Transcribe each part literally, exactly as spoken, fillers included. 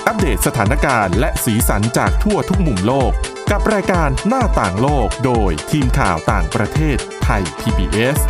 อัปเดตสถานการณ์และสีสันจากทั่วทุกมุมโลกกับรายการหน้าต่างโลกโดยทีมข่าวต่างประเทศไทย พี บี เอส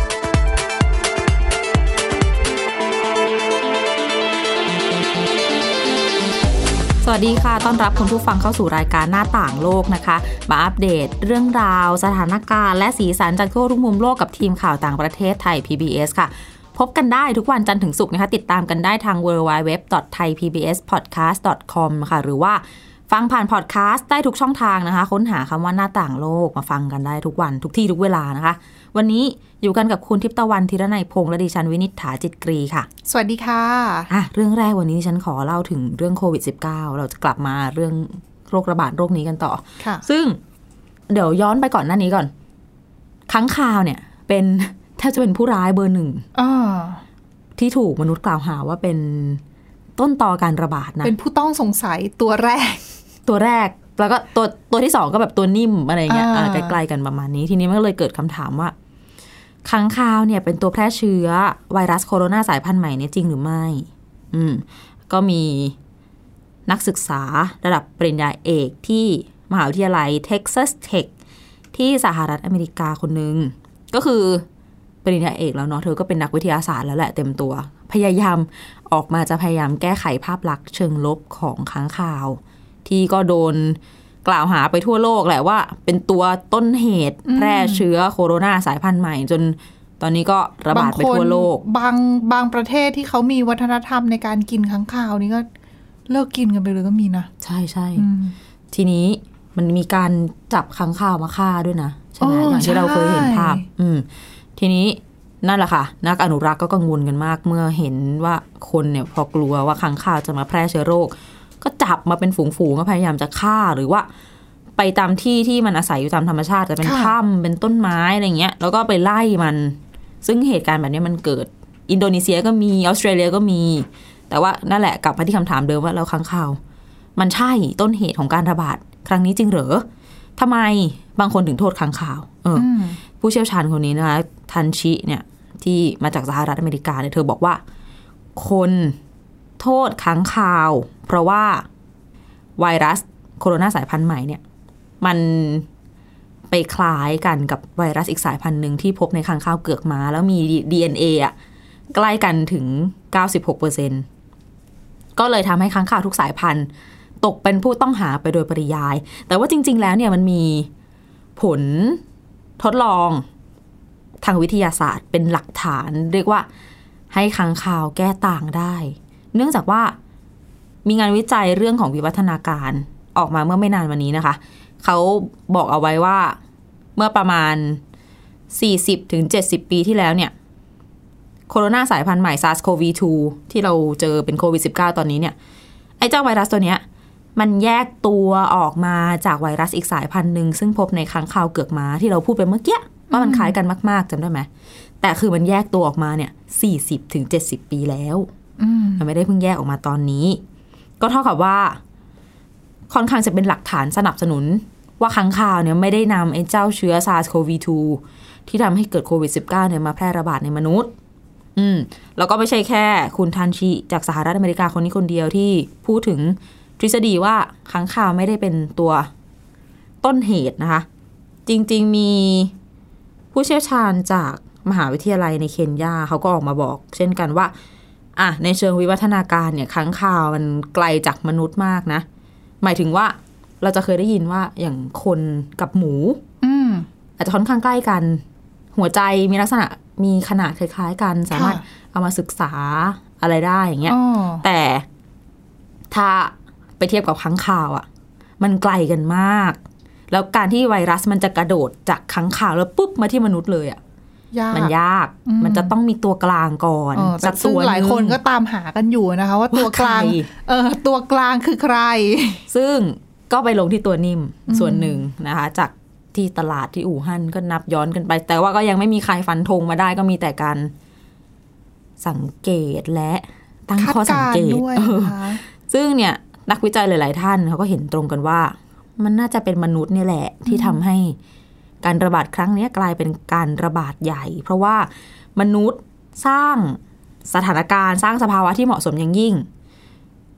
สวัสดีค่ะต้อนรับคุณผู้ฟังเข้าสู่รายการหน้าต่างโลกนะคะมาอัปเดตเรื่องราวสถานการณ์และสีสันจากทั่วทุกมุมโลกกับทีมข่าวต่างประเทศไทย พี บี เอส ค่ะพบกันได้ทุกวันจันทร์ถึงศุกร์นะคะติดตามกันได้ทาง ดับเบิลยู ดับเบิลยู ดับเบิลยู ดอท ไทยพีบีเอสพอดแคสต์ ดอท คอม ค่ะหรือว่าฟังผ่านพอดแคสต์ได้ทุกช่องทางนะคะค้นหาคำว่าหน้าต่างโลกมาฟังกันได้ทุกวันทุกที่ทุกเวลานะคะวันนี้อยู่กันกับคุณทิพย์ตะวันธีรนัยพงษ์และดิฉันวินิษฐาจิตกรีค่ะสวัสดีค่ะอ่ะเรื่องแรกวันนี้ฉันขอเล่าถึงเรื่องโควิด สิบเก้า เราจะกลับมาเรื่องโรคระบาดโรคนี้กันต่อค่ะซึ่งเดี๋ยวย้อนไปก่อนหน้านี้ก่อนค้างคาวเนี่ยเป็นแทบจะเป็นผู้ร้ายเบอร์หนึ่งที่ถูกมนุษย์กล่าวหาว่าเป็นต้นตอการระบาดนะเป็นผู้ต้องสงสัยตัวแรกตัวแรกแล้วก็ตัวตัวที่สองก็แบบตัวนิ่มอะไรเงี้ยใกล้ๆกันประมาณนี้ทีนี้มันก็เลยเกิดคำถามว่าค้างคาวเนี่ยเป็นตัวแพร่เชื้อไวรัสโคโรนาสายพันธุ์ใหม่เนี่ยจริงหรือไม่อืมก็มีนักศึกษาระดับปริญญาเอกที่มหาวิทยาลัย Texas Tech ที่สหรัฐอเมริกาคนนึงก็คือปริญญาเอกแล้วเนาะเธอก็เป็นนักวิทยาศาสตร์แล้วแหละเต็มตัวพยายามออกมาจะพยายามแก้ไขภาพลักษณ์เชิงลบของค้างคาวที่ก็โดนกล่าวหาไปทั่วโลกแหละว่าเป็นตัวต้นเหตุแพร่เชื้อโคโรนาสายพันธุ์ใหม่จนตอนนี้ก็ระบาดไปทั่วโลกบางบางประเทศที่เขามีวัฒนธรรมในการกินค้างคาวนี่ก็เลิกกินกันไปเลยก็มีนะใช่ใช่ทีนี้มันมีการจับค้างคาวมาฆ่าด้วยนะใช่ไหมอย่างที่เราเคยเห็นภาพอืมทีนี้นั่นแหละค่ะนักอนุรักษ์ก็กังวลกันมากเมื่อเห็นว่าคนเนี่ยพอกลัวว่าค้างคาวจะมาแพร่เชื้อโรคก็จับมาเป็นฝูงๆก็พยายามจะฆ่าหรือว่าไปตามที่ที่มันอาศัยอยู่ตามธรรมชาติจะเป็นถ้ำเป็นต้นไม้อะไรเงี้ยแล้วก็ไปไล่มันซึ่งเหตุการณ์แบบนี้มันเกิดอินโดนีเซียก็มีออสเตรเลียก็มีแต่ว่านั่นแหละกลับมาที่คำถามเดิมว่าแล้วค้างคาวมันใช่ต้นเหตุของการระบาดครั้งนี้จริงเหรอทำไมบางคนถึงโทษค้างคาวเออผู้เชี่ยวชาญคนนี้นะคะทันชิเนี่ยที่มาจากสหรัฐอเมริกาเนี่ยเธอบอกว่าคนโทษค้างคาวเพราะว่าไวรัสโคโรนาสายพันธุ์ใหม่เนี่ยมันไปคล้ายกันกับไวรัสอีกสายพันธุ์หนึ่งที่พบในค้างคาวเกือกม้าแล้วมี ดี เอ็น เอ อ่ะใกล้กันถึง เก้าสิบหกเปอร์เซ็นต์ ก็เลยทำให้ค้างคาวทุกสายพันธุ์ตกเป็นผู้ต้องหาไปโดยปริยายแต่ว่าจริงๆแล้วเนี่ยมันมีผลทดลองทางวิทยาศาสตร์เป็นหลักฐานเรียกว่าให้ค้างคาวแก้ต่างได้เนื่องจากว่ามีงานวิจัยเรื่องของวิวัฒนาการออกมาเมื่อไม่นานวันนี้นะคะเขาบอกเอาไว้ว่าเมื่อประมาณ สี่สิบถึงเจ็ดสิบ ปีที่แล้วเนี่ยโคโรนาสายพันธุ์ใหม่ ซาร์ส โควี ทู ที่เราเจอเป็นโควิด สิบเก้า ตอนนี้เนี่ยไอ้เจ้าไวรัสตัวเนี้ยมันแยกตัวออกมาจากไวรัสอีกสายพันธุ์หนึ่งซึ่งพบในค้างคาวเกือกม้าที่เราพูดไปเมื่อกี้ว่ามันคล้ายกันมากๆจำได้ไหมแต่คือมันแยกตัวออกมาเนี่ย สี่สิบถึงเจ็ดสิบ ปีแล้วมันไม่ได้เพิ่งแยกออกมาตอนนี้ก็เท่ากับว่าค่อนข้างจะเป็นหลักฐานสนับสนุนว่าค้างคาวเนี่ยไม่ได้นำไอ้เจ้าเชื้อ ซาร์ส โควี ทู ที่ทำให้เกิดโควิด สิบเก้า เนี่ยมาแพร่ระบาดในมนุษย์อืมแล้วก็ไม่ใช่แค่คุณทันชิจากสหรัฐอเมริกาคนนี้คนเดียวที่พูดถึงทฤษฎีว่าค้างคาวไม่ได้เป็นตัวต้นเหตุนะคะจริงๆมีผู้เชี่ยวชาญจากมหาวิทยาลัยในเคนยาเขาก็ออกมาบอกเช่นกันว่าอ่ะในเชิงวิวัฒนาการเนี่ยค้างคาวมันไกลจากมนุษย์มากนะหมายถึงว่าเราจะเคยได้ยินว่าอย่างคนกับหมูอืมอาจจะค่อนข้างใกล้กันหัวใจมีลักษณะมีขนาดคล้ายๆกันสามารถเอามาศึกษาอะไรได้อย่างเงี้ยแต่ถ้าไปเทียบกับค้างคาวอ่ะมันไกลกันมากแล้วการที่ไวรัสมันจะกระโดดจากค้างคาวแล้วปุ๊บมาที่มนุษย์เลยอ่ะมันยากมันจะต้องมีตัวกลางก่อนสักตัวหลายคนก็ตามหากันอยู่นะคะว่าตัวกลางเออตัวกลางคือใครซึ่งก็ไปลงที่ตัวนิ่มส่วนหนึ่งนะคะจากที่ตลาดที่อู่ฮั่นก็นับย้อนกันไปแต่ว่าก็ยังไม่มีใครฟันธงมาได้ก็มีแต่การสังเกตและตั้งข้อสังเกตซึ่งเนี่ยนักวิจัยหลายๆท่านเขาก็เห็นตรงกันว่ามันน่าจะเป็นมนุษย์นี่แหละที่ทำให้การระบาดครั้งนี้กลายเป็นการระบาดใหญ่เพราะว่ามนุษย์สร้างสถานการณ์สร้างสภาวะที่เหมาะสมอย่างยิ่ง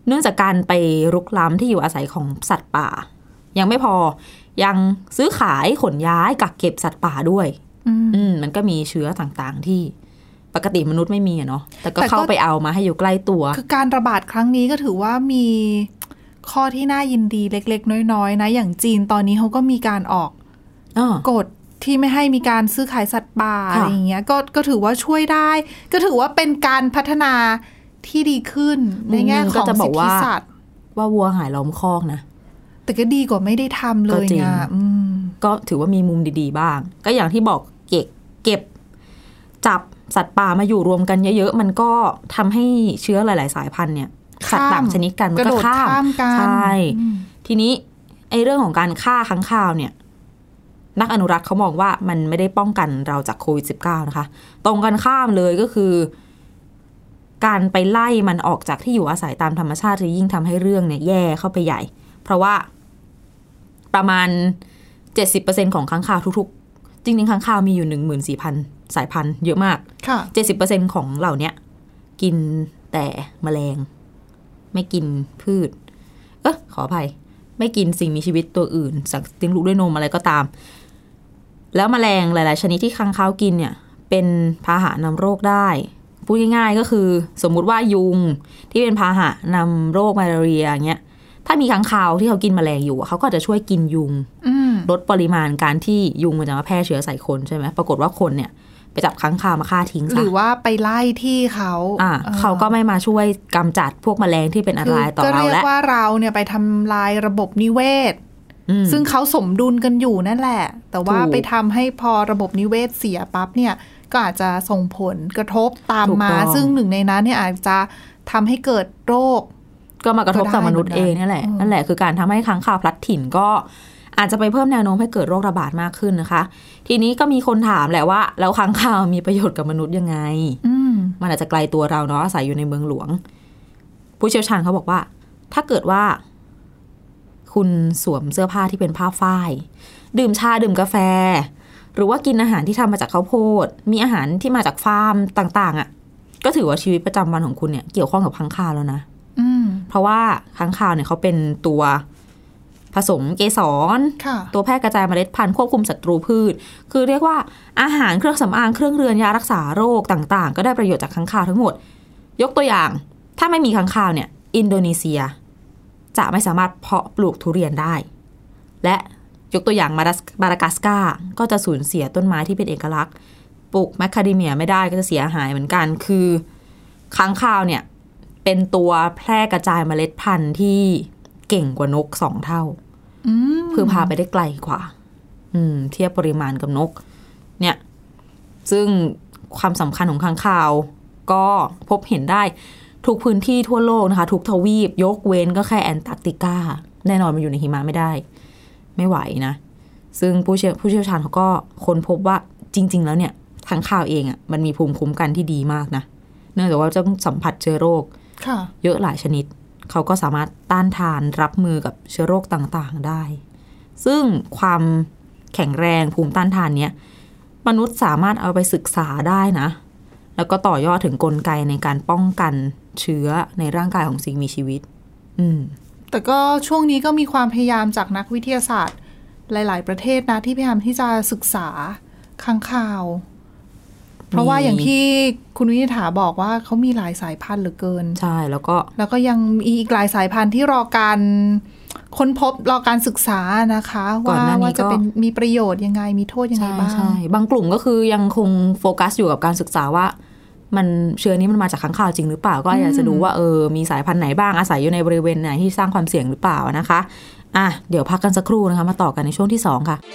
เนื่องจากการไปรุกล้ำที่อยู่อาศัยของสัตว์ป่ายังไม่พอยังซื้อขายขนย้ายกักเก็บสัตว์ป่าด้วยอืมมันก็มีเชื้อต่างๆที่ปกติมนุษย์ไม่มีอะเนาะแต่ก็เข้าไปเอามาให้อยู่ใกล้ตัวคือการระบาดครั้งนี้ก็ถือว่ามีข้อที่น่ายินดีเล็กๆน้อยๆนะอย่างจีนตอนนี้เขาก็มีการออกกฎที่ไม่ให้มีการซื้อขายสัตว์ป่าอะไรอย่างเงี้ยก็ก็ถือว่าช่วยได้ก็ถือว่าเป็นการพัฒนาที่ดีขึ้นในแง่ของสิทธิสัตว์ว่าวัวหายล้อมคอกนะแต่ก็ดีกว่าไม่ได้ทำเลยไงก็ถือว่ามีมุมดีๆบ้างก็อย่างที่บอกเก็บเก็บจับสัตว์ป่ามาอยู่รวมกันเยอะๆมันก็ทำให้เชื้อหลายๆสายพันธุ์เนี่ยสัตว์ต่างชนิดกันมันก็ข้ามใช่ทีนี้ไอ้เรื่องของการฆ่าค้างคาวเนี่ยนักอนุรักษ์เขามองว่ามันไม่ได้ป้องกันเราจากโควิด สิบเก้า นะคะตรงกันข้ามเลยก็คือการไปไล่มันออกจากที่อยู่อาศัยตามธรรมชาติจะยิ่งทำให้เรื่องเนี่ยแย่เข้าไปใหญ่เพราะว่าประมาณ เจ็ดสิบเปอร์เซ็นต์ ของค้างคาวทุกๆจริงๆค้างคาวมีอยู่ หนึ่งหมื่นสี่พัน สายพันธุ์เยอะมากค่ะ เจ็ดสิบเปอร์เซ็นต์ ของเหล่านี้กินแต่แมลงไม่กินพืชเอ๊ะขออภัยไม่กินสิ่งมีชีวิตตัวอื่นสัตว์เลี้ยงลูกด้วยนมอะไรก็ตามแล้วแมลงหลายๆชนิดที่ค้างคาวกินเนี่ยเป็นพาหะนำโรคได้พูดง่ายๆก็คือสมมุติว่ายุงที่เป็นพาหะนำโรคมาลาเรียอย่างเงี้ยถ้ามีค้างคาวที่เขากินแมลงอยู่เขาก็จะช่วยกินยุงลดปริมาณการที่ยุงมันจะมาแพร่เชื้อใส่คนใช่ไหมปรากฏว่าคนเนี่ยไปจับค้างคาวมาฆ่าทิ้งซะหรือว่าไปไล่ที่เขาอ่าเขาก็ไม่มาช่วยกำจัดพวกแมลงที่เป็นอันตรายต่อเราแล้วก็เรียกว่าเราเนี่ยไปทำลายระบบนิเวศซึ่งเขาสมดุลกันอยู่นั่นแหละแต่ว่าไปทำให้พอระบบนิเวศเสียปั๊บเนี่ยก็อาจจะส่งผลกระทบตามมาซึ่งหนึ่งในนั้นเนี่ยอาจจะทำให้เกิดโรคก็มากระทบต่อมนุษย์เองนั่นแหละนั่นแหละคือการทำให้ค้างคาวพลัดถิ่นก็อาจจะไปเพิ่มแนวโน้มให้เกิดโรคระบาดมากขึ้นนะคะทีนี้ก็มีคนถามแหละว่าแล้วค้างคาวมีประโยชน์กับมนุษย์ยังไงมันอาจจะไกลตัวเราเนาะอาศัยอยู่ในเมืองหลวงผู้เชี่ยวชาญเขาบอกว่าถ้าเกิดว่าคุณสวมเสื้อผ้าที่เป็นผ้าฝ้ายดื่มชาดื่มกาแฟหรือว่ากินอาหารที่ทำมาจากข้าวโพดมีอาหารที่มาจากฟาร์มต่างๆอ่ะก็ถือว่าชีวิตประจำวันของคุณเนี่ยเกี่ยวข้องกับค้างคาวแล้วนะเพราะว่าค้างคาวเนี่ยเขาเป็นตัวผสมเกสรตัวแพร่กระจายเมล็ดพันธุ์ควบคุมศัตรูพืชคือเรียกว่าอาหารเครื่องสำอางเครื่องเรือนยารักษาโรคต่างๆก็ได้ประโยชน์จากค้างคาวทั้งหมดยกตัวอย่างถ้าไม่มีค้างคาวเนี่ยอินโดนีเซียจะไม่สามารถเพาะปลูกทุเรียนได้และยกตัวอย่างมาดากัสการ์ก็จะสูญเสียต้นไม้ที่เป็นเอกลักษณ์ปลูกแมคคาเดเมียไม่ได้ก็จะเสียหายเหมือนกันคือค้างคาวเนี่ยเป็นตัวแพร่กระจายเมล็ดพันธุ์ที่เก่งกว่านกสองเท่าคือพาไปได้ไกลกว่าเทียบปริมาณกับนกเนี่ยซึ่งความสำคัญของค้างคาวก็พบเห็นได้ทุกพื้นที่ทั่วโลกนะคะทุกทวีปยกเว้นก็แค่แอนตาร์กติกาแน่นอนมันอยู่ในหิมะไม่ได้ไม่ไหวนะซึ่งผู้เชี่ยวผู้เชี่ยวชาญเขาก็ค้นพบว่าจริงๆแล้วเนี่ยค้างคาวเองอ่ะมันมีภูมิคุ้มกันที่ดีมากนะเนื่องจากว่าจะต้องสัมผัสเชื้อโรคเยอะหลายชนิดเขาก็สามารถต้านทานรับมือกับเชื้อโรคต่างๆได้ซึ่งความแข็งแรงภูมิต้านทานเนี้ยมนุษย์สามารถเอาไปศึกษาได้นะแล้วก็ต่อยอดถึงกลไกในการป้องกันเชื้อในร่างกายของสิ่งมีชีวิตอืมแต่ก็ช่วงนี้ก็มีความพยายามจากนักวิทยาศาสตร์หลายๆประเทศนะที่พยายามที่จะศึกษาค้างคาวเพราะว่าอย่างที่คุณวินิฐาบอกว่าเขามีหลายสายพันธุ์เหลือเกินใช่แล้วก็แล้วก็ยังมีอีกหลายสายพันธุ์ที่รอการค้นพบรอการศึกษานะคะว่าว่าจะเป็นมีประโยชน์ยังไงมีโทษยังไงบ้างใช่บางกลุ่มก็คือยังคงโฟกัสอยู่กับการศึกษาว่ามันเชื้อนี้มันมาจากค้างคาวจริงหรือเปล่าก็อยากจะดูว่าเออมีสายพันธุ์ไหนบ้างอาศัยอยู่ในบริเวณไหนที่สร้างความเสี่ยงหรือเปล่านะคะอ่ะเดี๋ยวพักกันสักครู่นะคะมาต่อกันในช่วงที่สองค่ะ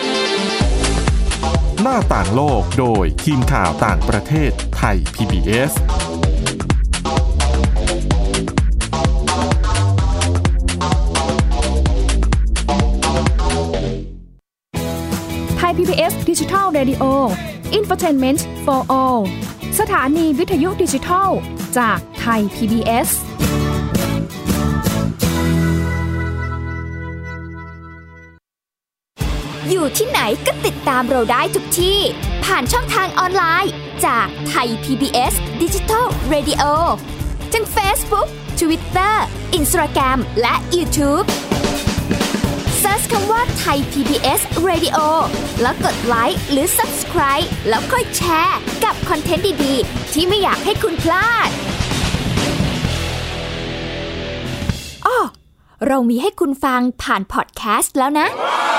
หน้าต่างโลกโดยทีมข่าวต่างประเทศไทย พี บี เอสไทย พี บี เอส Digital Radio Infotainment for All สถานีวิทยุดิจิทัลจากไทย พี บี เอสอยู่ที่ไหนก็ติดตามเราได้ทุกที่ผ่านช่องทางออนไลน์จากไทย พี บี เอส Digital Radio ทั้ง Facebook Twitter Instagram และ YouTubeเซิร์ชคำว่าไทย พี บี เอส Radio แล้วกดไลค์หรือ Subscribe แล้วค่อยแชร์กับคอนเทนต์ดีๆที่ไม่อยากให้คุณพลาดอ้อเรามีให้คุณฟังผ่านพอดแคสต์แล้วนะ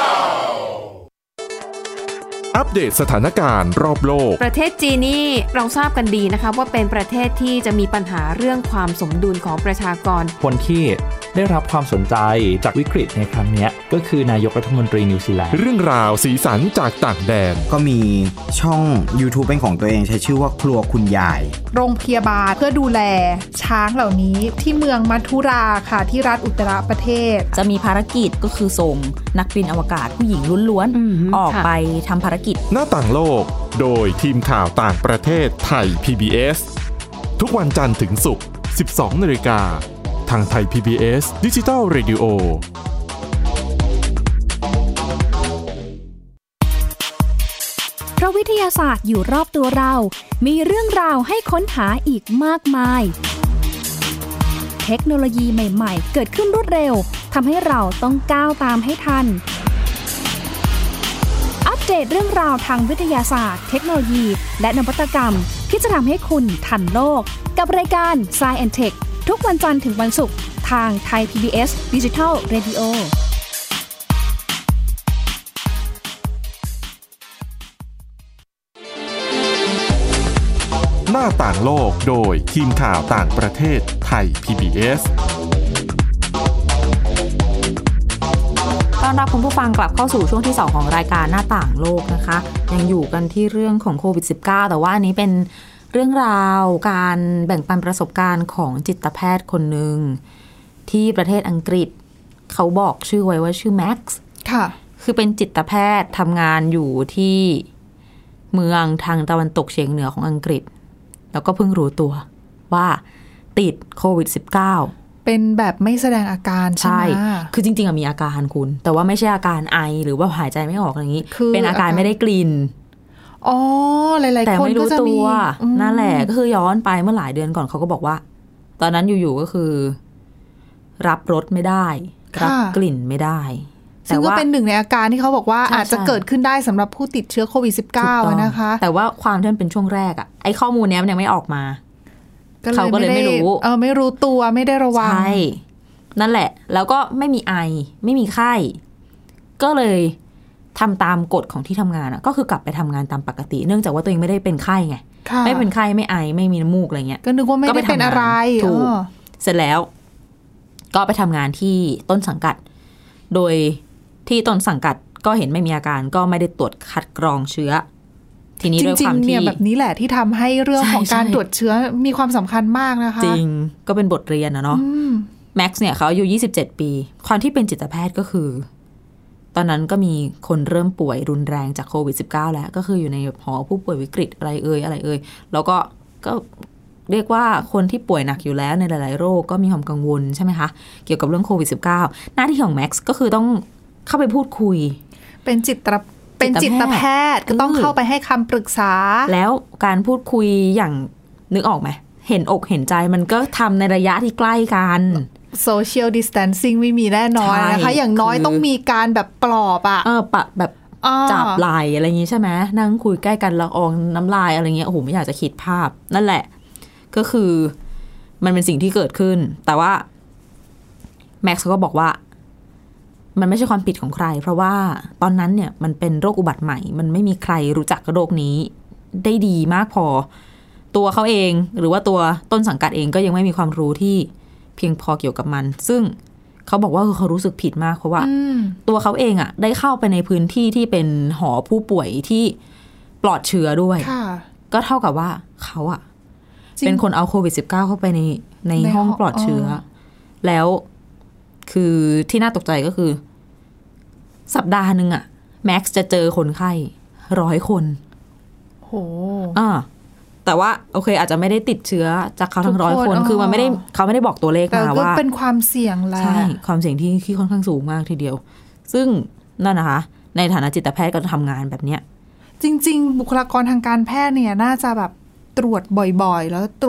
อัปเดตสถานการณ์รอบโลกประเทศจีนนี่เราทราบกันดีนะคะว่าเป็นประเทศที่จะมีปัญหาเรื่องความสมดุลของประชากรคนที่ได้รับความสนใจจากวิกฤตในครั้งนี้ก็คือนายกรัฐมนตรีนิวซีแลนด์เรื่องราวสีสันจากต่างแดนก็มีช่อง YouTube เป็นของตัวเองใช้ชื่อว่าครัวคุณยายโรงพยาบาลเพื่อดูแลช้างเหล่านี้ที่เมืองมัทุราค่ะที่รัฐอุตตรประเทศจะมีภารกิจก็คือส่งนักบินอวกาศผู้หญิงล้วนๆออกไปทำภารกิจหน้าต่างโลกโดยทีมข่าวต่างประเทศไทย พี บี เอส ทุกวันจันทร์ถึงศุกร์ สิบสองนาฬิกาทางไทย พี บี เอส Digital Radio เพราะวิทยาศาสตร์อยู่รอบตัวเรามีเรื่องราวให้ค้นหาอีกมากมายเทคโนโลยีใหม่ๆเกิดขึ้นรวดเร็วทำให้เราต้องก้าวตามให้ทันอัปเดตเรื่องราวทางวิทยาศาสตร์เทคโนโลยีและนวัตกรรมที่จะทำให้คุณทันโลกกับรายการ Science แอนด์ Tech ทุกวันจันทร์ถึงวันศุกร์ทางไทย พี บี เอส Digital Radio หน้าต่างโลกโดยทีมข่าวต่างประเทศไทย พี บี เอสต้อนรับคุณผู้ฟังกลับเข้าสู่ช่วงที่สองของรายการหน้าต่างโลกนะคะยังอยู่กันที่เรื่องของโควิด สิบเก้า แต่ว่าอันนี้เป็นเรื่องราวการแบ่งปันประสบการณ์ของจิตแพทย์คนหนึ่งที่ประเทศอังกฤษเขาบอกชื่อไว้ว่าชื่อแม็กซ์ค่ะคือเป็นจิตแพทย์ทำงานอยู่ที่เมืองทางตะวันตกเฉียงเหนือของอังกฤษแล้วก็เพิ่งรู้ตัวว่าติดโควิด สิบเก้าเป็นแบบไม่แสดงอาการใช่ไหมคือจริงๆอะมีอาการคุณแต่ว่าไม่ใช่อาการไอหรือว่าหายใจไม่ออกอะไรอย่างนี้เป็นอาการไม่ได้กลิ่นอ๋อหลายๆคนก็จะมีนั่นแหละก็คือย้อนไปเมื่อหลายเดือนก่อนเขาก็บอกว่าตอนนั้นอยู่ๆก็คือรับรสไม่ได้รับกลิ่นไม่ได้ซึ่งก็เป็นหนึ่งในอาการที่เขาบอกว่าอาจจะเกิดขึ้นได้สำหรับผู้ติดเชื้อโควิด สิบเก้า นะคะแต่ว่าความที่มันเป็นช่วงแรกอะไอ้ข้อมูลนี้มันยังไม่ออกมาเขาก็เลยไม่รู้เออไม่รู้ตัวไม่ได้ระวังใช่นั่นแหละแล้วก็ไม่มีไอไม่มีไข้ก็เลยทำตามกฎของที่ทำงานอะก็คือกลับไปทำงานตามปกติเนื่องจากว่าตัวเองไม่ได้เป็นไข้ไงไม่เป็นไข้ไม่ไอไม่มีน้ำมูกอะไรเงี้ยก็นึกว่าไม่ได้เป็นอะไรถูกเสร็จแล้วก็ไปทำงานที่ต้นสังกัดโดยที่ต้นสังกัดก็เห็นไม่มีอาการก็ไม่ได้ตรวจคัดกรองเชื้อทีนี้ด้วยความที่เนี่ยแบบนี้แหละที่ทำให้เรื่องของการตรวจเชื้อมีความสำคัญมากนะคะจริงก็เป็นบทเรียนนะเนาะแม็กซ์เนี่ยเขาอายุยี่สิบเจ็ดปีความที่เป็นจิตแพทย์ก็คือตอนนั้นก็มีคนเริ่มป่วยรุนแรงจากโควิด สิบเก้า แล้วก็คืออยู่ในหอผู้ป่วยวิกฤตอะไรเอ่ยอะไรเอ่ยแล้วก็ก็เรียกว่าคนที่ป่วยหนักอยู่แล้วในหลายๆโรคก็มีความกังวลใช่ไหมคะเกี่ยวกับเรื่องโควิด สิบเก้า หน้าที่ของแม็กซ์ก็คือต้องเข้าไปพูดคุยเป็นจิตเป็นจิตแพทย์ก็ต้องเข้าไปให้คำปรึกษาแล้วการพูดคุยอย่างนึกออกไหมเห็นอกเห็นใจมันก็ทำในระยะที่ใกล้กัน social distancing ไม่มีแน่นอนนะคะอย่างน้อยต้องมีการแบบปลอบอ่ะเออปะแบบจับไหล่อะไรอย่างงี้ใช่ไหมนั่งคุยใกล้กันละอองน้ำลายอะไรเงี้ยโอ้โหไม่อยากจะคิดภาพนั่นแหละก็คือมันเป็นสิ่งที่เกิดขึ้นแต่ว่าแม็กซ์ก็บอกว่ามันไม่ใช่ความผิดของใครเพราะว่าตอนนั้นเนี่ยมันเป็นโรคอุบัติใหม่มันไม่มีใครรู้จักโรคนี้ได้ดีมากพอตัวเขาเองหรือว่าตัวต้นสังกัดเองก็ยังไม่มีความรู้ที่เพียงพอเกี่ยวกับมันซึ่งเขาบอกว่าเขารู้สึกผิดมากเพราะว่าตัวเขาเองอ่ะได้เข้าไปในพื้นที่ที่เป็นหอผู้ป่วยที่ปลอดเชื้อด้วยก็เท่ากับว่าเขาอ่ะเป็นคนเอาโควิด สิบเก้า เข้าไปในในห้องปลอดเชื้อแล้วคือที่น่าตกใจก็คือสัปดาห์นึงอะแม็กซ์จะเจอคนไข้ร้อยคนโหอ่าแต่ว่าโอเคอาจจะไม่ได้ติดเชื้อจากเขาทั้งร้อยคนคือมันไม่ได้เขาไม่ได้บอกตัวเลขมาว่าแต่ก็เป็นความเสี่ยงแหละใช่ความเสี่ยงที่ที่ค่อนข้างสูงมากทีเดียวซึ่งนั่นนะคะในฐานะจิตแพทย์ก็ทำงานแบบเนี้ยจริงๆบุคลากรทางการแพทย์เนี่ยน่าจะแบบตรวจบ่อยๆแล้วตรวจ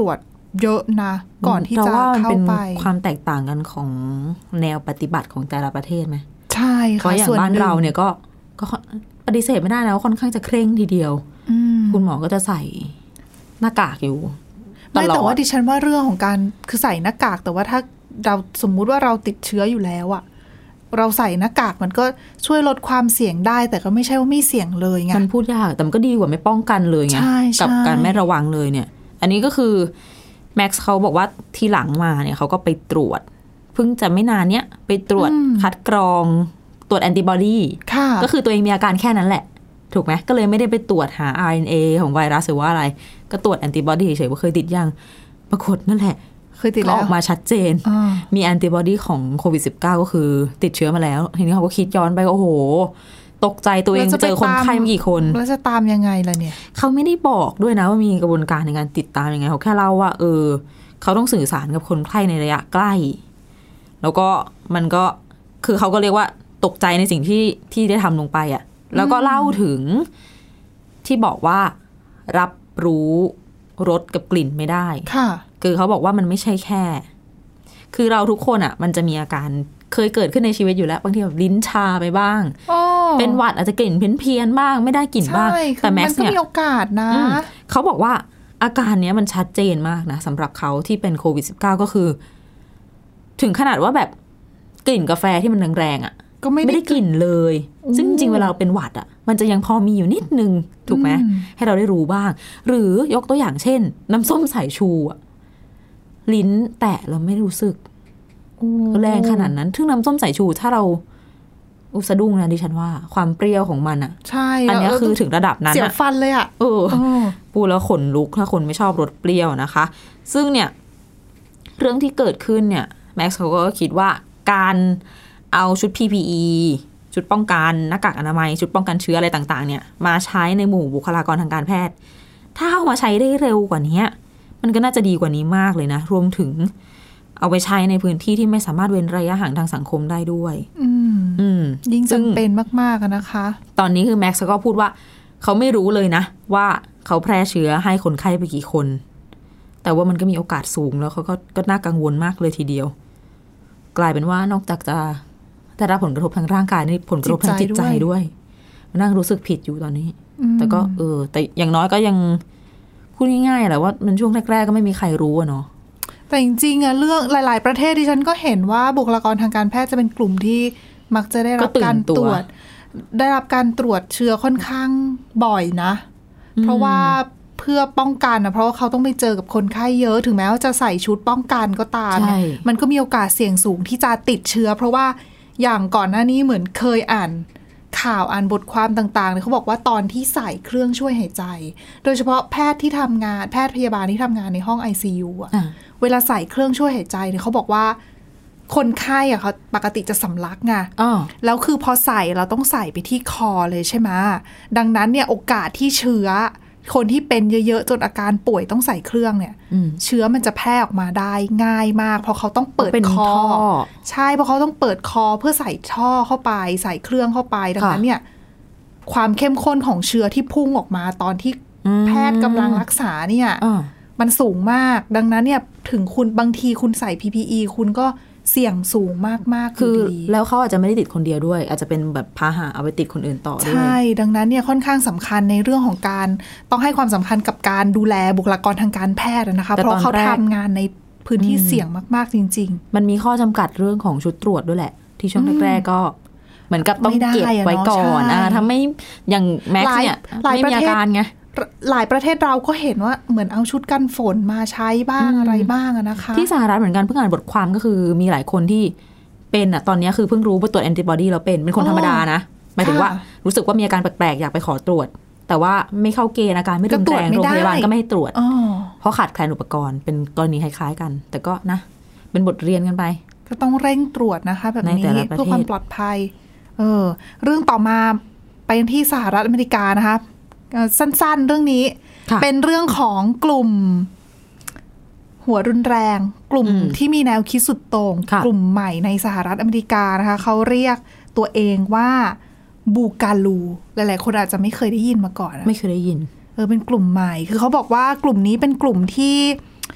เยอะนะก่อนที่จะเข้าไปความแตกต่างกันของแนวปฏิบัติของแต่ละประเทศไหมใช่ค่ะเพราะอย่างบ้านเราเนี่ยก็ก็ปฏิเสธไม่ได้นะว่าค่อนข้างจะเคร่งทีเดียวคุณหมอก็จะใส่หน้ากากอยู่ไม่แต่ว่าดิฉันว่าเรื่องของการคือใส่หน้ากากแต่ว่าถ้าเราสมมุติว่าเราติดเชื้ออยู่แล้วอะเราใส่หน้ากากมันก็ช่วยลดความเสี่ยงได้แต่ก็ไม่ใช่ว่าไม่เสี่ยงเลยไงมันพูดยากแต่มันก็ดีกว่าไม่ป้องกันเลยไงกับการไม่ระวังเลยเนี่ยอันนี้ก็คือแม็กซ์เขาบอกว่าทีหลังมาเนี่ยเขาก็ไปตรวจเพิ่งจะไม่นานเนี้ยไปตรวจคัดกรองตรวจแอนติบอดีก็คือตัวเองมีอาการแค่นั้นแหละถูกไหมก็เลยไม่ได้ไปตรวจหา อาร์ เอ็น เอ ของไวรัสหรือว่าอะไรก็ตรวจแอนติบอดีเฉยๆว่าเคยติดยังปรากฏนั่นแหละเคยติดแล้วออกมาชัดเจนมีแอนติบอดีของโควิด สิบเก้า ก็คือติดเชื้อมาแล้วทีนี้เขาก็คิดย้อนไปโอ้โหตกใจตัวเองเจอคนไข้มากี่คนแล้วจะตามยังไงล่ะเนี่ยเขาไม่ได้บอกด้วยนะว่ามีกระบวนการในการติดตามยังไงเขาแค่เล่าว่าเออเขาต้องสื่อสารกับคนไข้ในระยะใกล้แล้วก็มันก็คือเขาก็เรียกว่าตกใจในสิ่งที่ที่ได้ทำลงไปอ่ะแล้วก็เล่าถึงที่บอกว่ารับรู้รสกับกลิ่นไม่ได้ค่ะคือเขาบอกว่ามันไม่ใช่แค่คือเราทุกคนอ่ะมันจะมีอาการเคยเกิดขึ้นในชีวิตอยู่แล้วบางทีแบบลิ้นชาไปบ้างเป็นหวัดอาจจะกลิ่นเพี้ยนๆบ้างไม่ได้กลิ่นบ้างแต่แม็กซ์เนี่ยมันก็มีโอกาสนะเขาบอกว่าอาการเนี้ยมันชัดเจนมากนะสำหรับเขาที่เป็นโควิด สิบเก้า ก็คือถึงขนาดว่าแบบกลิ่นกาแฟที่มันแรงๆอ่ะก็ไม่ได้กลิ่นเลยซึ่งจริงๆเวลาเราเป็นหวัดอ่ะมันจะยังพอมีอยู่นิดนึงถูกไหมให้เราได้รู้บ้างหรือยกตัวอย่างเช่นน้ำส้มสายชูอ่ะลิ้นแตะเราไม่รู้สึกแรงขนาดนั้นถึงน้ำส้มสายชูถ้าเราอุสะดุ้งนะดิฉันว่าความเปรี้ยวของมันอ่ะใช่อันนี้คือถึงระดับนั้นเสียวฟันเลยอ่ะเออพูดแล้วขนลุกถ้าคนไม่ชอบรสเปรี้ยวนะคะซึ่งเนี่ยเรื่องที่เกิดขึ้นเนี่ยแม็กซ์เขาก็คิดว่าการเอาชุด พี พี อี ชุดป้องกันหน้ากากอนามัยชุดป้องกันเชื้ออะไรต่างๆเนี่ยมาใช้ในหมู่บุคลากรทางการแพทย์ถ้าเอามาใช้ได้เร็วกว่านี้มันก็น่าจะดีกว่านี้มากเลยนะรวมถึงเอาไปใช้ในพื้นที่ที่ไม่สามารถเว้นระยะห่างทางสังคมได้ด้วยอืมอืมยิ่งจำเป็นมากๆนะคะตอนนี้คือแม็กซ์ก็พูดว่าเขาไม่รู้เลยนะว่าเขาแพร่เชื้อให้คนไข้ไปกี่คนแต่ว่ามันก็มีโอกาสสูงแล้วเขาก็ก็น่ากังวลมากเลยทีเดียวกลายเป็นว่านอกจากจะได้รับผลกระทบทางร่างกายนี่ผลกระทบทางจิตใจด้วยนั่งรู้สึกผิดอยู่ตอนนี้แต่ก็เออแต่อย่างน้อยก็ยังพูดง่ายๆแหละว่ามันช่วงแรกๆก็ไม่มีใครรู้อะเนาะแต่จริงๆอะเรื่องหลายๆประเทศที่ฉันก็เห็นว่าบุคลากรทางการแพทย์จะเป็นกลุ่มที่มักจะได้รับการตรวจได้รับการตรวจเชื้อค่อนข้างบ่อยนะเพราะว่าเพื่อป้องกันนะเพราะว่าเขาต้องไปเจอกับคนไข้เยอะถึงแม้ว่าจะใส่ชุดป้องกันก็ตามมันก็มีโอกาสเสี่ยงสูงที่จะติดเชื้อเพราะว่าอย่างก่อนหน้านี้เหมือนเคยอ่านข่าวอ่านบทความต่างๆเขาบอกว่าตอนที่ใส่เครื่องช่วยหายใจโดยเฉพาะแพทย์ที่ทำงานแพทย์พยาบาลที่ทำงานในห้อง ไอ ซี ยู อ่ะเวลาใส่เครื่องช่วยหายใจเนี่ยเขาบอกว่าคนไข้อ่ะเขาปกติจะสำลักไงแล้วคือพอใส่เราต้องใส่ไปที่คอเลยใช่ไหมดังนั้นเนี่ยโอกาสที่เชื้อคนที่เป็นเยอะๆจนอาการป่วยต้องใส่เครื่องเนี่ยเชื้อมันจะแพร่ออกมาได้ง่ายมากเพราะเขาต้องเปิดคอใช่เพราะเขาต้องเปิดคอเพื่อใส่ท่อเข้าไปใส่เครื่องเข้าไปดังนั้นเนี่ยความเข้มข้นของเชื้อที่พุ่งออกมาตอนที่แพทย์กำลังรักษาเนี่ยมันสูงมากดังนั้นเนี่ยถึงคุณบางทีคุณใส่ พี พี อี คุณก็เสี่ยงสูงมากๆคือแล้วเขาอาจจะไม่ได้ติดคนเดียวด้วยอาจจะเป็นแบบพาหะเอาไปติดคนอื่นต่อด้วยใช่ดังนั้นเนี่ยค่อนข้างสำคัญในเรื่องของการต้องให้ความสำคัญกับการดูแลบุคลากรทางการแพทย์นะคะเพราะเขาทำงานในพื้นที่เสี่ยงมากๆจริงๆมันมีข้อจำกัดเรื่องของชุดตรวจด้วยแหละที่ช่วงแรกๆก็เหมือนกับต้องเก็บไว้ก่อนอ่ะถ้าไม่อย่างแม็กซ์เนี่ยไม่มีอาการไงหลายประเทศเราก็เห็นว่าเหมือนเอาชุดกันฝนมาใช้บ้างอะไรบ้างนะคะที่สหรัฐเหมือนกันเพิ่งอ่านบทความก็คือมีหลายคนที่เป็นอ่ะตอนนี้คือเพิ่งรู้ว่าตรวจแอนติบอดีแล้วเป็นเป็นคนธรรมดานะหมายถึงว่ารู้สึกว่ามีอาการแปลกๆอยากไปขอตรวจแต่ว่าไม่เข้าเกณฑ์อาการไม่รุนแรงโรงพยาบาลก็ไม่ให้ตรวจเพราะขาดแคลนอุปกรณ์เป็นกรณีคล้ายๆกันแต่ก็นะเป็นบทเรียนกันไปก็ต้องเร่งตรวจนะคะแบบนี้เพื่อความปลอดภัยเออเรื่องต่อมาไปที่สหรัฐอเมริกานะคะสั้นๆเรื่องนี้เป็นเรื่องของกลุ่มหัวรุนแรงกลุ่มที่มีแนวคิดสุดโต่งกลุ่มใหม่ในสหรัฐอเมริกานะคะเขาเรียกตัวเองว่าบูกาลูหลายๆคนอาจจะไม่เคยได้ยินมาก่อนไม่เคยได้ยินเออเป็นกลุ่มใหม่คือเขาบอกว่ากลุ่มนี้เป็นกลุ่มที่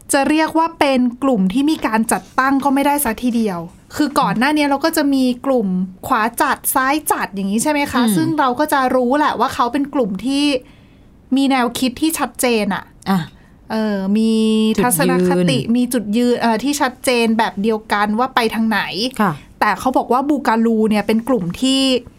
จะเรียกว่าเป็นกลุ่มที่มีการจัดตั้งก็ไม่ได้ซะทีเดียวคือก่อนหน้านี้เราก็จะมีกลุ่มขวาจัดซ้ายจัดอย่างนี้ใช่ไหมคะซึ่งเราก็จะรู้แหละว่าเขาเป็นกลุ่มที่มีแนวคิดที่ชัดเจนอะอ่ะเออมีทัศนคติมีจุดยืนเอ่อที่ชัดเจนแบบเดียวกันว่าไปทางไหนแต่เขาบอกว่าบูการูเนี่ยเป็นกลุ่มที่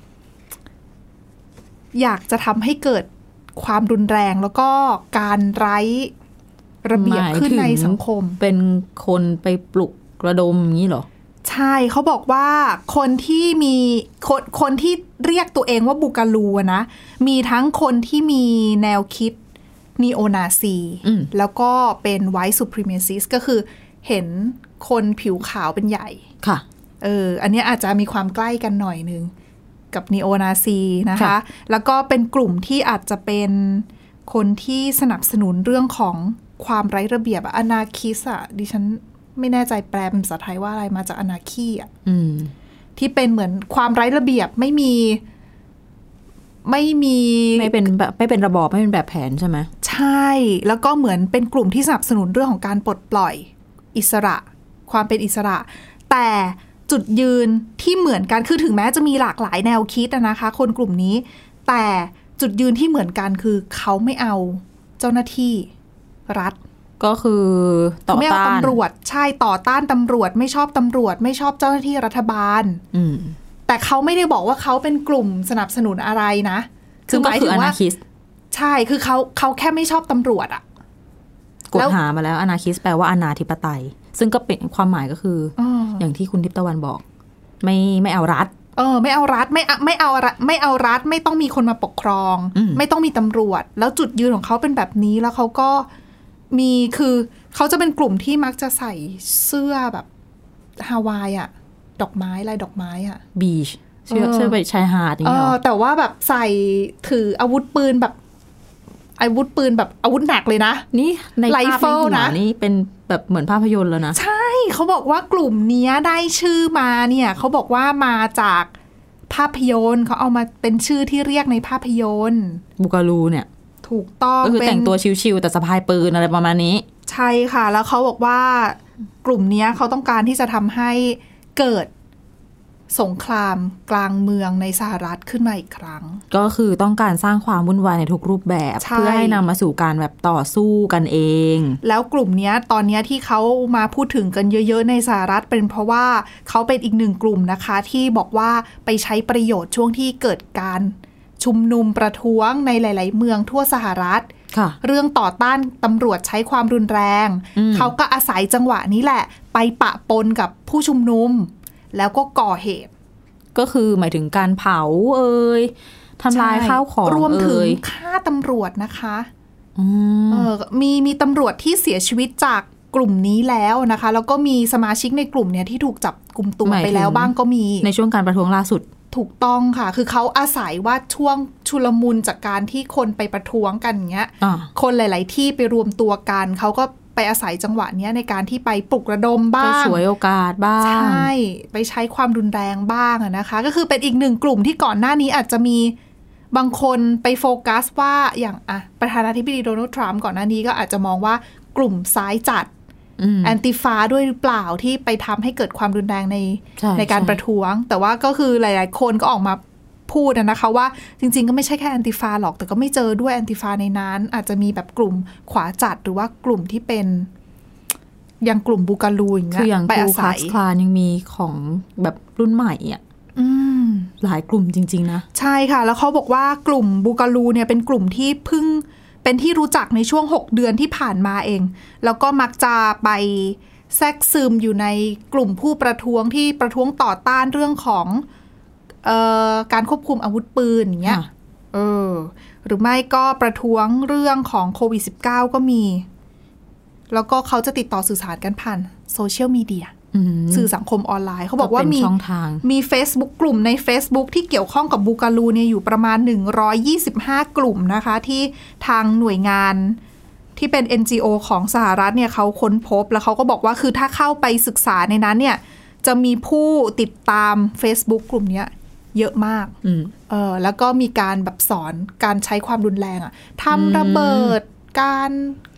อยากจะทำให้เกิดความรุนแรงแล้วก็การไร้ระเบียบขึ้นในสังคมเป็นคนไปปลุกระดมอย่างนี้เหรอใช่เขาบอกว่าคนที่มีคนคนที่เรียกตัวเองว่าบูการูนะมีทั้งคนที่มีแนวคิดนีโอนาซีแล้วก็เป็นไวท์ซูพรีเมซิสก็คือเห็นคนผิวขาวเป็นใหญ่ค่ะเอออันนี้อาจจะมีความใกล้กันหน่อยนึงกับนีโอนาซีนะคะแล้วก็เป็นกลุ่มที่อาจจะเป็นคนที่สนับสนุนเรื่องของความไร้ระเบียบอนาคิสอะดิฉันไม่แน่ใจแปลเป็นภาษาไทยว่าอะไรมาจากอนาคีอ่ะที่เป็นเหมือนความไร้ระเบียบไม่มีไม่มีไม่เป็นแบบไม่เป็นระบอบไม่เป็นแบบแผนใช่ไหมใช่แล้วก็เหมือนเป็นกลุ่มที่สนับสนุนเรื่องของการปลดปล่อยอิสระความเป็นอิสระแต่จุดยืนที่เหมือนกันคือถึงแม้จะมีหลากหลายแนวคิดนะคะคนกลุ่มนี้แต่จุดยืนที่เหมือนกันคือเขาไม่เอาเจ้าหน้าที่รัฐก็คือต่อต้านไม่เอาตำรวจใช่ต่อต้านตำรวจไม่ชอบตำรวจไม่ชอบเจ้าหน้าที่รัฐบาลแต่เขาไม่ได้บอกว่าเขาเป็นกลุ่มสนับสนุนอะไรนะคือหมายถึงว่าใช่คือเขาเขาแค่ไม่ชอบตำรวจอ่ะกดหามาแล้วอนาคิสแปลว่าอนาธิปไตยซึ่งก็เป็นความหมายก็คือออย่างที่คุณทิพย์ตะวันบอกไม่ไม่เอารัฐเออไม่เอารัฐไม่ไม่เอาไม่เอารัฐไม่ต้องมีคนมาปกครองไม่ต้องมีตำรวจแล้วจุดยืนของเขาเป็นแบบนี้แล้วเขาก็มีคือเขาจะเป็นกลุ่มที่มักจะใส่เสื้อแบบฮาวายอะดอกไม้ลายดอกไม้อะบีชเสื้อเสื้อไปชายหาดอย่างเงี้ยแต่ว่าแบบใส่ถืออาวุธปืนแบบอาวุธปืนแบบอาวุธหนักเลยนะนี่ในภาพในหัวนี่เป็นแบบเหมือนภาพยนตร์แล้วนะใช่เขาบอกว่ากลุ่มนี้ได้ชื่อมาเนี่ยเขาบอกว่ามาจากภาพยนตร์เขาเอามาเป็นชื่อที่เรียกในภาพยนตร์บูการูเนี่ยถูกต้องก็คือแต่งตัวชิวๆแต่สะพายปืนอะไรประมาณนี้ใช่ค่ะแล้วเขาบอกว่ากลุ่มนี้เขาต้องการที่จะทำให้เกิดสงครามกลางเมืองในสหรัฐขึ้นมาอีกครั้งก็คือต้องการสร้างความวุ่นวายในทุกรูปแบบเพื่อให้นำมาสู่การแบบต่อสู้กันเองแล้วกลุ่มนี้ตอนนี้ที่เขามาพูดถึงกันเยอะๆในสหรัฐเป็นเพราะว่าเขาเป็นอีกหนึ่งกลุ่มนะคะที่บอกว่าไปใช้ประโยชน์ช่วงที่เกิดการชุมนุมประท้วงในหลายๆเมืองทั่วสหรัฐเรื่องต่อต้านตำรวจใช้ความรุนแรงเขาก็อาศัยจังหวะนี้แหละไปปะปนกับผู้ชุมนุมแล้วก็ก่อเหตุก็คือหมายถึงการเผาเอ่ยทำลายข้าวของรวมถึงฆ่าตำรวจนะคะเออมีมีตำรวจที่เสียชีวิตจากกลุ่มนี้แล้วนะคะแล้วก็มีสมาชิกในกลุ่มเนี้ยที่ถูกจับกุมตัวไปแล้วบ้างก็มีในช่วงการประท้วงล่าสุดถูกต้องค่ะคือเขาอาศัยว่าช่วงชุลมุนจากการที่คนไปประท้วงกันเงี้ยคนหลายๆที่ไปรวมตัวกันเขาก็ไปอาศัยจังหวะนี้ในการที่ไปปลุกระดมบ้างไปฉวยโอกาสบ้างใช่ไปใช้ความรุนแรงบ้างนะคะก็คือเป็นอีกหนึ่งกลุ่มที่ก่อนหน้านี้อาจจะมีบางคนไปโฟกัสว่าอย่างอ่ะประธานาธิบดีโดนัลด์ทรัมป์ก่อนหน้านี้ก็อาจจะมองว่ากลุ่มซ้ายจัดแอนติฟาด้วยหรือเปล่าที่ไปทำให้เกิดความรุนแรงในใน, ในการประท้วงแต่ว่าก็คือหลายๆคนก็ออกมาพูดนะคะว่าจริงๆก็ไม่ใช่แค่แอนติฟาหรอกแต่ก็ไม่เจอด้วยแอนติฟาในนั้นอาจจะมีแบบกลุ่มขวาจัดหรือว่ากลุ่มที่เป็นอย่างกลุ่มบูการูอย่างเงี้ยคืออย่างไปอาศัยคลายังมีของแบบรุ่นใหม่อ่ะหลายกลุ่มจริงๆนะใช่ค่ะแล้วเขาบอกว่ากลุ่มบูการูเนี่ยเป็นกลุ่มที่เพิ่งเป็นที่รู้จักในช่วงหกเดือนที่ผ่านมาเองแล้วก็มักจะไปแทรกซึมอยู่ในกลุ่มผู้ประท้วงที่ประท้วงต่อต้านเรื่องของเอ่อการควบคุมอาวุธปืนอย่างเงี้ยเออหรือไม่ก็ประท้วงเรื่องของโควิด สิบเก้า ก็มีแล้วก็เขาจะติดต่อสื่อสารกันผ่านโซเชียลมีเดียสื่อสังคมออนไลน์เขาบอกว่ามีมี Facebook กลุ่มใน Facebook ที่เกี่ยวข้องกับบูการูเนี่ยอยู่ประมาณหนึ่งร้อยยี่สิบห้ากลุ่มนะคะที่ทางหน่วยงานที่เป็น เอ็น จี โอ ของสหรัฐเนี่ยเขาค้นพบแล้วเขาก็บอกว่าคือถ้าเข้าไปศึกษาในนั้นเนี่ยจะมีผู้ติดตาม Facebook กลุ่มนี้เยอะมากเออแล้วก็มีการแบบสอนการใช้ความรุนแรงอะทำระเบิดการ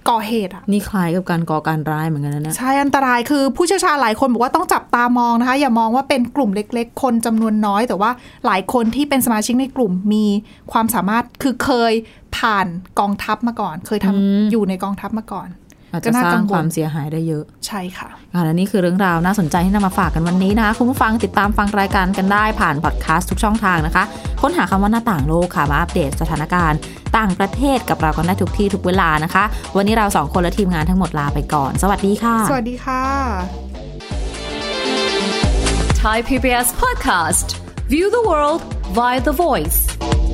ก่อเหตุอ่ะนี่คล้ายกับการก่อการร้ายเหมือนกันนะเนี่ยใช่อันตรายคือผู้เชี่ยวชาญหลายคนบอกว่าต้องจับตามองนะคะอย่ามองว่าเป็นกลุ่มเล็กๆคนจำนวนน้อยแต่ว่าหลายคนที่เป็นสมาชิกในกลุ่มมีความสามารถคือเคยผ่านกองทัพมาก่อนเคยทำ อ, อยู่ในกองทัพมาก่อนอาจจะสร้างความเสียหายได้เยอะใช่ค่ะและนี่คือเรื่องราวน่าสนใจที่นำมาฝากกันวันนี้นะคะคุณผู้ฟังติดตามฟังรายการกันได้ผ่านพอดแคสต์ทุกช่องทางนะคะค้นหาคำว่าหน้าต่างโลกค่ะมาอัปเดตสถานการณ์ต่างประเทศกับเรากันได้ทุกที่ทุกเวลานะคะวันนี้เราสองคนและทีมงานทั้งหมดลาไปก่อนสวัสดีค่ะสวัสดีค่ะ Thai พี บี เอส Podcast View the world via the voice